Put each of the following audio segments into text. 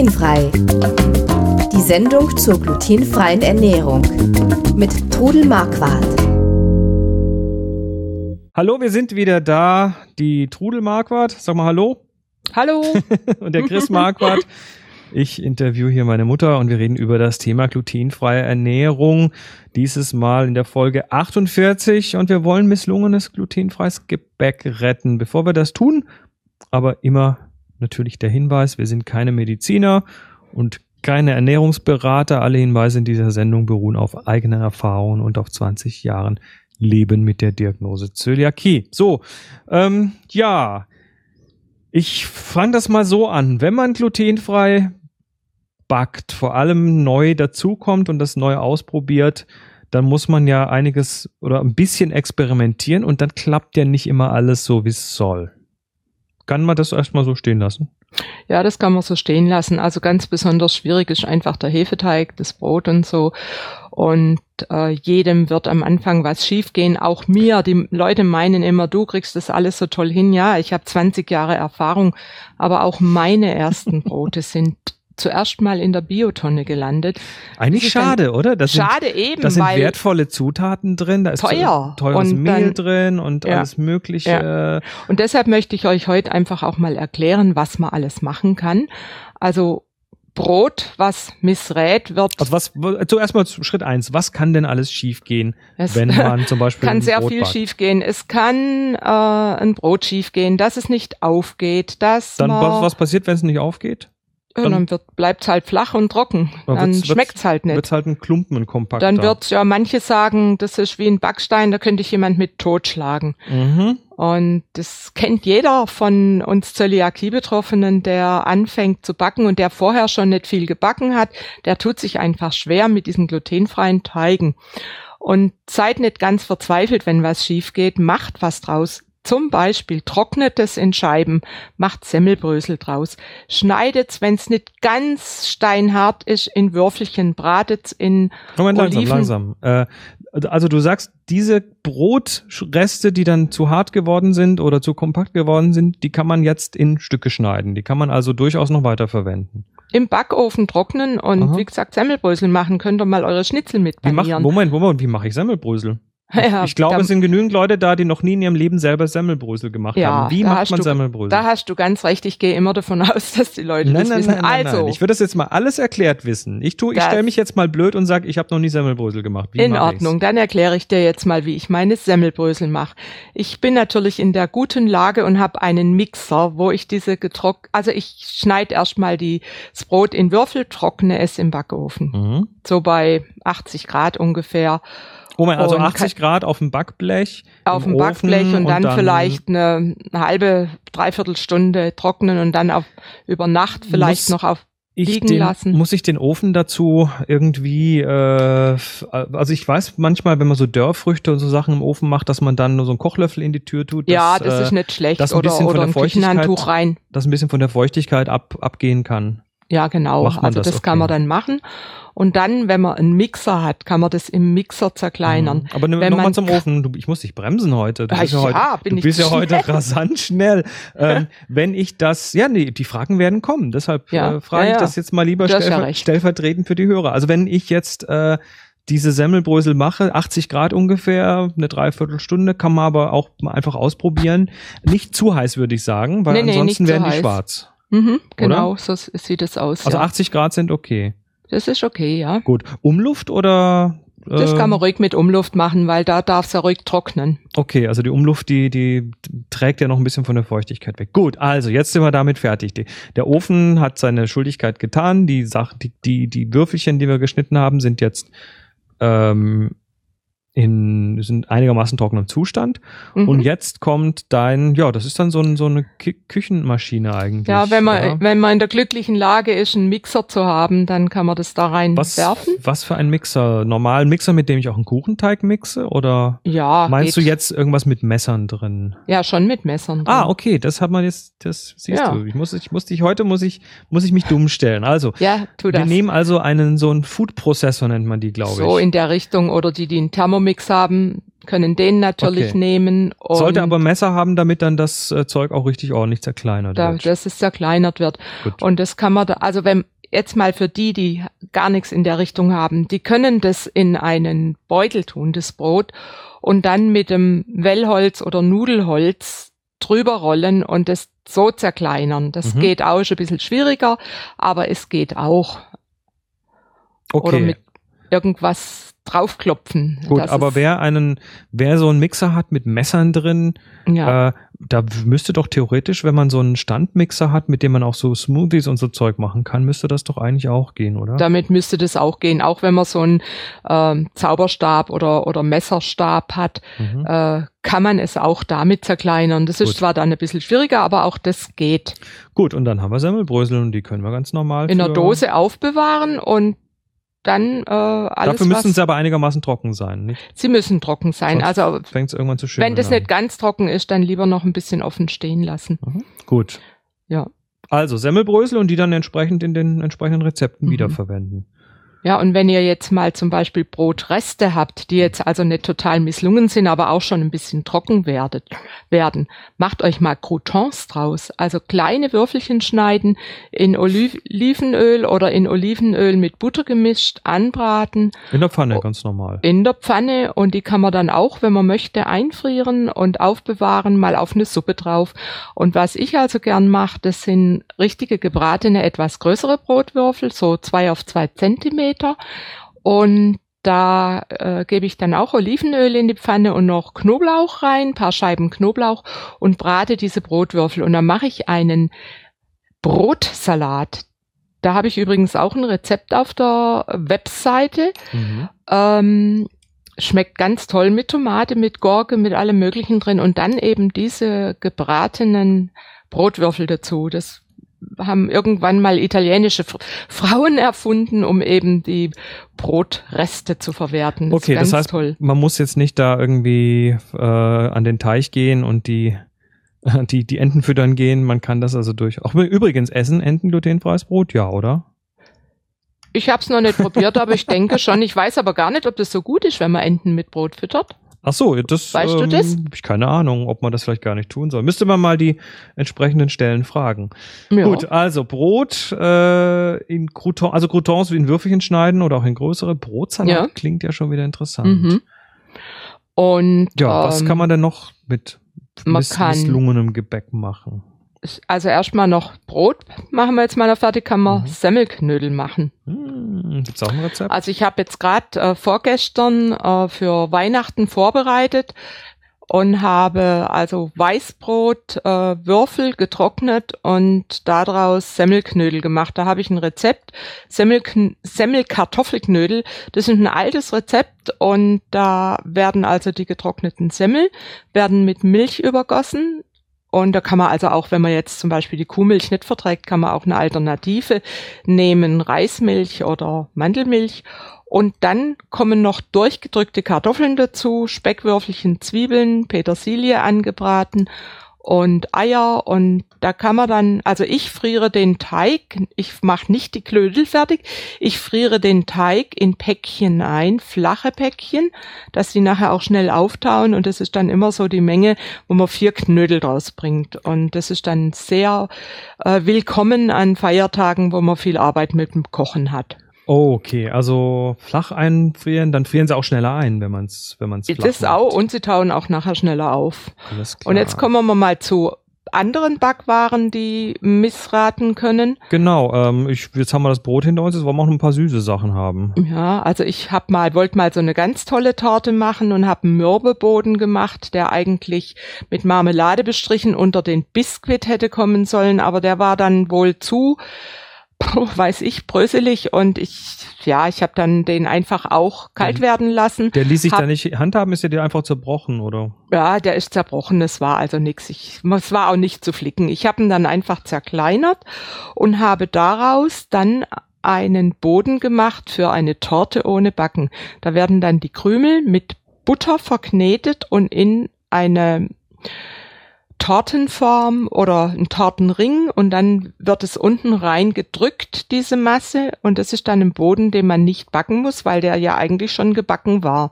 Glutenfrei. Die Sendung zur glutenfreien Ernährung mit Trudel Marquardt. Hallo, wir sind wieder da. Die Trudel Marquardt. Sag mal Hallo. Hallo. Und der Chris Marquardt. Ich interviewe hier meine Mutter und wir reden über das Thema glutenfreie Ernährung. Dieses Mal in der Folge 48 und wir wollen misslungenes glutenfreies Gebäck retten. Bevor wir das tun, aber immer natürlich der Hinweis, wir sind keine Mediziner und keine Ernährungsberater. Alle Hinweise in dieser Sendung beruhen auf eigenen Erfahrungen und auf 20 Jahren Leben mit der Diagnose Zöliakie. So, ich fange das mal so an. Wenn man glutenfrei backt, vor allem neu dazukommt und das neu ausprobiert, dann muss man ja einiges oder ein bisschen experimentieren und dann klappt ja nicht immer alles so, wie es soll. Kann man das erstmal so stehen lassen? Ja, das kann man so stehen lassen. Also ganz besonders schwierig ist einfach der Hefeteig, das Brot und so. Und jedem wird am Anfang was schiefgehen, auch mir. Die Leute meinen immer, du kriegst das alles so toll hin. Ja, ich habe 20 Jahre Erfahrung, aber auch meine ersten Brote sind zuerst mal in der Biotonne gelandet. Eigentlich schade, oder? Da sind wertvolle Zutaten drin, da ist teures Mehl drin und alles Mögliche. Ja. Und deshalb möchte ich euch heute einfach auch mal erklären, was man alles machen kann. Also Brot, was missrät wird. Also zuerst mal Schritt 1, was kann denn alles schiefgehen, wenn man zum Beispiel kann sehr viel schiefgehen. Es kann ein Brot schiefgehen, dass es nicht aufgeht. Was passiert, wenn es nicht aufgeht? Ja, dann bleibt's halt flach und trocken. Dann schmeckt's halt nicht. Wird's halt ein Klumpen, ein kompakter. Dann wird's manche sagen, das ist wie ein Backstein, da könnte ich jemand mit totschlagen. Mhm. Und das kennt jeder von uns Zöliakie-Betroffenen, der anfängt zu backen und der vorher schon nicht viel gebacken hat. Der tut sich einfach schwer mit diesen glutenfreien Teigen. Und seid nicht ganz verzweifelt, wenn was schief geht, macht was draus. Zum Beispiel trocknet es in Scheiben, macht Semmelbrösel draus, schneidet, wenn es nicht ganz steinhart ist, in Würfelchen, bratet in Oliven. Langsam. Also du sagst, diese Brotreste, die dann zu hart geworden sind oder zu kompakt geworden sind, die kann man jetzt in Stücke schneiden. Die kann man also durchaus noch weiter verwenden. Im Backofen trocknen und wie gesagt Semmelbrösel machen, könnt ihr mal eure Schnitzel mit panieren. Moment, wie mache ich Semmelbrösel? Ja, ich glaube, es sind genügend Leute da, die noch nie in ihrem Leben selber Semmelbrösel gemacht haben. Wie macht man Semmelbrösel? Da hast du ganz recht. Ich gehe immer davon aus, dass die Leute das wissen. Nein. Ich würde das jetzt mal alles erklärt wissen. Ich stelle mich jetzt mal blöd und sage, ich habe noch nie Semmelbrösel gemacht. In Ordnung, dann erkläre ich dir jetzt mal, wie ich meine Semmelbrösel mache. Ich bin natürlich in der guten Lage und habe einen Mixer, wo ich ich schneide erstmal das Brot in Würfel, trockne es im Backofen. So bei 80 Grad ungefähr. Also 80 Grad auf dem Backblech. Auf dem Backblech und dann vielleicht eine halbe, dreiviertel Stunde trocknen und dann über Nacht vielleicht noch liegen lassen. Muss ich den Ofen dazu irgendwie, also ich weiß manchmal, wenn man so Dörrfrüchte und so Sachen im Ofen macht, dass man dann nur so einen Kochlöffel in die Tür tut. Das ist nicht schlecht. Oder ein Küchenhandtuch rein. Dass ein bisschen von der Feuchtigkeit abgehen kann. Ja, genau. Also das kann man dann machen. Und dann, wenn man einen Mixer hat, kann man das im Mixer zerkleinern. Aber nochmal zum Ofen. Ich muss dich bremsen heute. Du bist ja heute rasant schnell. Wenn ich das, die Fragen werden kommen. Deshalb frage ich das jetzt mal lieber stellvertretend für die Hörer. Also wenn ich jetzt diese Semmelbrösel mache, 80 Grad ungefähr, eine Dreiviertelstunde, kann man aber auch mal einfach ausprobieren. Nicht zu heiß, würde ich sagen, weil ansonsten werden die schwarz. Genau, so sieht es aus. Also 80 Grad sind okay. Das ist okay, ja. Gut. Umluft oder? Das kann man ruhig mit Umluft machen, weil da darf es ja ruhig trocknen. Okay, also die Umluft, die trägt ja noch ein bisschen von der Feuchtigkeit weg. Gut, also jetzt sind wir damit fertig. Der Ofen hat seine Schuldigkeit getan. Die Würfelchen, die wir geschnitten haben, sind jetzt sind einigermaßen trockenem Zustand. Und jetzt kommt das ist dann so eine Küchenmaschine eigentlich. Ja, wenn man in der glücklichen Lage ist, einen Mixer zu haben, dann kann man das da rein werfen. Was für ein Mixer? Normalen Mixer, mit dem ich auch einen Kuchenteig mixe? Oder meinst du jetzt irgendwas mit Messern drin? Ja, schon mit Messern drin. Ah, okay, das hat man jetzt, das siehst du. Heute muss ich mich dumm stellen. Also, wir nehmen also so einen Food-Prozessor nennt man die, glaube ich. So in der Richtung, oder die einen Thermomix haben, können den natürlich nehmen. Und sollte aber Messer haben, damit dann das Zeug auch richtig ordentlich zerkleinert wird. Dass es zerkleinert wird. Gut. Und das kann man also wenn jetzt mal für die gar nichts in der Richtung haben, die können das in einen Beutel tun, das Brot, und dann mit dem Wellholz oder Nudelholz drüber rollen und das so zerkleinern. Das geht auch, schon ein bisschen schwieriger, aber es geht auch. Okay. Oder mit irgendwas draufklopfen. Gut, aber wer so einen Mixer hat mit Messern drin, da müsste doch theoretisch, wenn man so einen Standmixer hat, mit dem man auch so Smoothies und so Zeug machen kann, müsste das doch eigentlich auch gehen, oder? Damit müsste das auch gehen, auch wenn man so einen Zauberstab oder Messerstab hat, kann man es auch damit zerkleinern. Das ist zwar dann ein bisschen schwieriger, aber auch das geht. Gut, und dann haben wir Semmelbrösel und die können wir ganz normal in der Dose aufbewahren und dann alles. Dafür müssen sie aber einigermaßen trocken sein, nicht? Sie müssen trocken sein. Sonst also fängt es irgendwann zu schimmeln. Wenn das nicht ganz trocken ist, dann lieber noch ein bisschen offen stehen lassen. Gut. Ja. Also Semmelbrösel und die dann entsprechend in den entsprechenden Rezepten wiederverwenden. Ja, und wenn ihr jetzt mal zum Beispiel Brotreste habt, die jetzt also nicht total misslungen sind, aber auch schon ein bisschen trocken werden, macht euch mal Croutons draus. Also kleine Würfelchen schneiden, in Olivenöl oder in Olivenöl mit Butter gemischt, anbraten. In der Pfanne, ganz normal. In der Pfanne, und die kann man dann auch, wenn man möchte, einfrieren und aufbewahren, mal auf eine Suppe drauf. Und was ich also gern mache, das sind richtige gebratene, etwas größere Brotwürfel, so 2 auf 2 Zentimeter. Und da gebe ich dann auch Olivenöl in die Pfanne und noch Knoblauch rein, ein paar Scheiben Knoblauch, und brate diese Brotwürfel. Und dann mache ich einen Brotsalat. Da habe ich übrigens auch ein Rezept auf der Webseite. Schmeckt ganz toll mit Tomate, mit Gurke, mit allem Möglichen drin. Und dann eben diese gebratenen Brotwürfel dazu. Das haben irgendwann mal italienische Frauen erfunden, um eben die Brotreste zu verwerten. Das okay, das heißt, toll. Man muss jetzt nicht da irgendwie an den Teich gehen und die Enten füttern gehen. Man kann das also auch übrigens essen, Enten glutenfreies Brot, ja, oder? Ich habe es noch nicht probiert, aber ich denke schon. Ich weiß aber gar nicht, ob das so gut ist, wenn man Enten mit Brot füttert. Ach so, weißt du das? Hab ich keine Ahnung, ob man das vielleicht gar nicht tun soll. Müsste man mal die entsprechenden Stellen fragen. Ja. Gut, also Brot in Croutons, also Croutons wie in Würfelchen schneiden oder auch in größere. Brotsalat klingt ja schon wieder interessant. Und was kann man denn noch mit misslungenem Gebäck machen? Also erstmal noch Brot machen wir jetzt mal noch fertig, kann man Semmelknödel machen. Gibt's auch ein Rezept? Also ich habe jetzt gerade vorgestern für Weihnachten vorbereitet und habe also Weißbrot, Würfel getrocknet und daraus Semmelknödel gemacht. Da habe ich ein Rezept, Semmelkartoffelknödel. Das ist ein altes Rezept und da werden also die getrockneten Semmel werden mit Milch übergossen. Und da kann man also auch, wenn man jetzt zum Beispiel die Kuhmilch nicht verträgt, kann man auch eine Alternative nehmen, Reismilch oder Mandelmilch. Und dann kommen noch durchgedrückte Kartoffeln dazu, Speckwürfelchen, Zwiebeln, Petersilie angebraten und Eier. Und da kann man dann, also ich friere den Teig, ich mache nicht die Knödel fertig, ich friere den Teig in Päckchen ein, flache Päckchen, dass die nachher auch schnell auftauen, und das ist dann immer so die Menge, wo man 4 Knödel draus bringt. Und das ist dann sehr willkommen an Feiertagen, wo man viel Arbeit mit dem Kochen hat. Okay, also flach einfrieren, dann frieren sie auch schneller ein, wenn man's flach das macht. Auch, und sie tauen auch nachher schneller auf. Alles klar. Und jetzt kommen wir mal zu anderen Backwaren, die missraten können. Genau, jetzt haben wir das Brot hinter uns, jetzt wollen wir auch noch ein paar süße Sachen haben. Ja, also ich wollte mal so eine ganz tolle Torte machen und habe einen Mürbeboden gemacht, der eigentlich mit Marmelade bestrichen unter den Biskuit hätte kommen sollen, aber der war dann wohl zu bröselig, und ich habe dann den einfach auch kalt werden lassen. Der ließ sich da nicht handhaben, ist der dir einfach zerbrochen, oder? Ja, der ist zerbrochen, es war also nichts. Es war auch nicht zu flicken. Ich habe ihn dann einfach zerkleinert und habe daraus dann einen Boden gemacht für eine Torte ohne Backen. Da werden dann die Krümel mit Butter verknetet und in eine Tortenform oder ein Tortenring, und dann wird es unten rein gedrückt, diese Masse, und das ist dann ein Boden, den man nicht backen muss, weil der ja eigentlich schon gebacken war.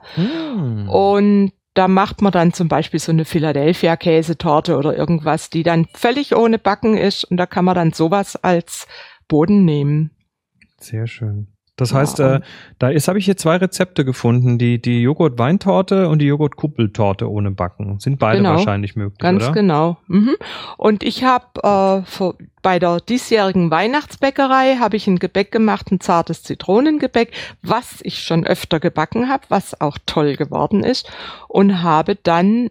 Und da macht man dann zum Beispiel so eine Philadelphia-Käsetorte oder irgendwas, die dann völlig ohne Backen ist, und da kann man dann sowas als Boden nehmen. Sehr schön. Das heißt, habe ich hier 2 Rezepte gefunden, die Joghurt-Weintorte und die Joghurt-Kuppeltorte ohne Backen. Sind beide wahrscheinlich möglich, ganz oder? Genau. Mhm. Und ich habe bei der diesjährigen Weihnachtsbäckerei habe ich ein Gebäck gemacht, ein zartes Zitronengebäck, was ich schon öfter gebacken habe, was auch toll geworden ist, und habe dann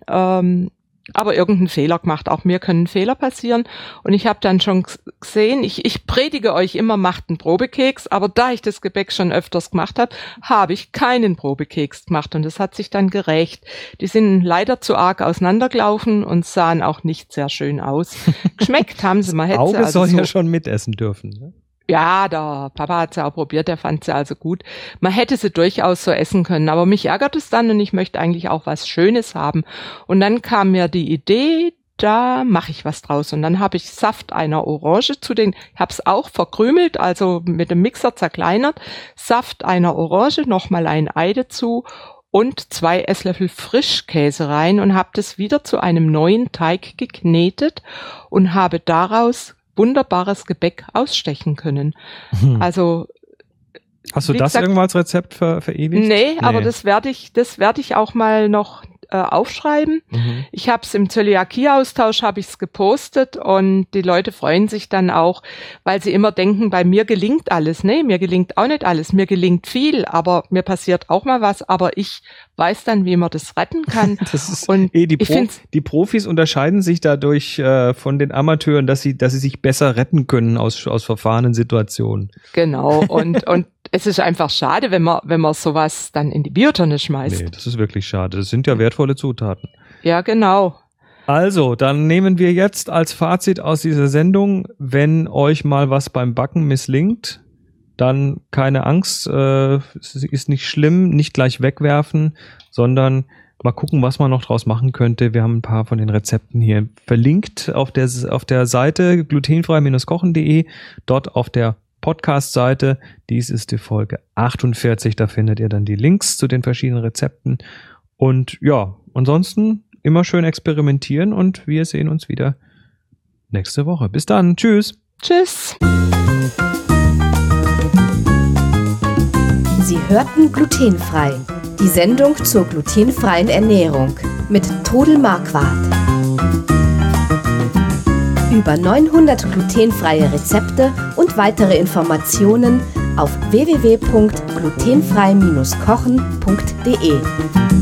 aber irgendeinen Fehler gemacht. Auch mir können Fehler passieren. Und ich habe dann schon gesehen, ich predige euch immer, macht einen Probekeks, aber da ich das Gebäck schon öfters gemacht habe, habe ich keinen Probekeks gemacht. Und das hat sich dann gerächt. Die sind leider zu arg auseinandergelaufen und sahen auch nicht sehr schön aus. Geschmeckt haben sie, man hätte Auge sie also soll ja schon mitessen dürfen, ne? Ja, der Papa hat sie auch probiert, der fand sie also gut. Man hätte sie durchaus so essen können, aber mich ärgert es dann und ich möchte eigentlich auch was Schönes haben. Und dann kam mir die Idee, da mache ich was draus. Und dann habe ich Saft einer Orange ich habe es auch verkrümelt, also mit dem Mixer zerkleinert, Saft einer Orange, nochmal ein Ei dazu und 2 Esslöffel Frischkäse rein und habe das wieder zu einem neuen Teig geknetet und habe daraus wunderbares Gebäck ausstechen können. Also hast du das irgendwann als Rezept verewigt? Nee, aber das werde ich auch mal noch aufschreiben. Mhm. Ich habe es im Zöliakie-Austausch habe ich es gepostet und die Leute freuen sich dann auch, weil sie immer denken, bei mir gelingt alles. Nee, mir gelingt auch nicht alles. Mir gelingt viel, aber mir passiert auch mal was, aber ich weiß dann, wie man das retten kann. Das ist und die Profis unterscheiden sich dadurch von den Amateuren, dass sie sich besser retten können aus verfahrenen Situationen. Genau. Und es ist einfach schade, wenn man sowas dann in die Biotonne schmeißt. Nee, das ist wirklich schade. Das sind ja wertvolle Zutaten. Ja, genau. Also, dann nehmen wir jetzt als Fazit aus dieser Sendung, wenn euch mal was beim Backen misslingt, dann keine Angst, es ist nicht schlimm, nicht gleich wegwerfen, sondern mal gucken, was man noch draus machen könnte. Wir haben ein paar von den Rezepten hier verlinkt auf der Seite glutenfrei-kochen.de, dort auf der Podcast-Seite. Dies ist die Folge 48, da findet ihr dann die Links zu den verschiedenen Rezepten. Und ja, ansonsten immer schön experimentieren und wir sehen uns wieder nächste Woche. Bis dann, tschüss. Tschüss. Sie hörten Glutenfrei, die Sendung zur glutenfreien Ernährung mit Todel Marquardt. Über 900 glutenfreie Rezepte und weitere Informationen auf www.glutenfrei-kochen.de.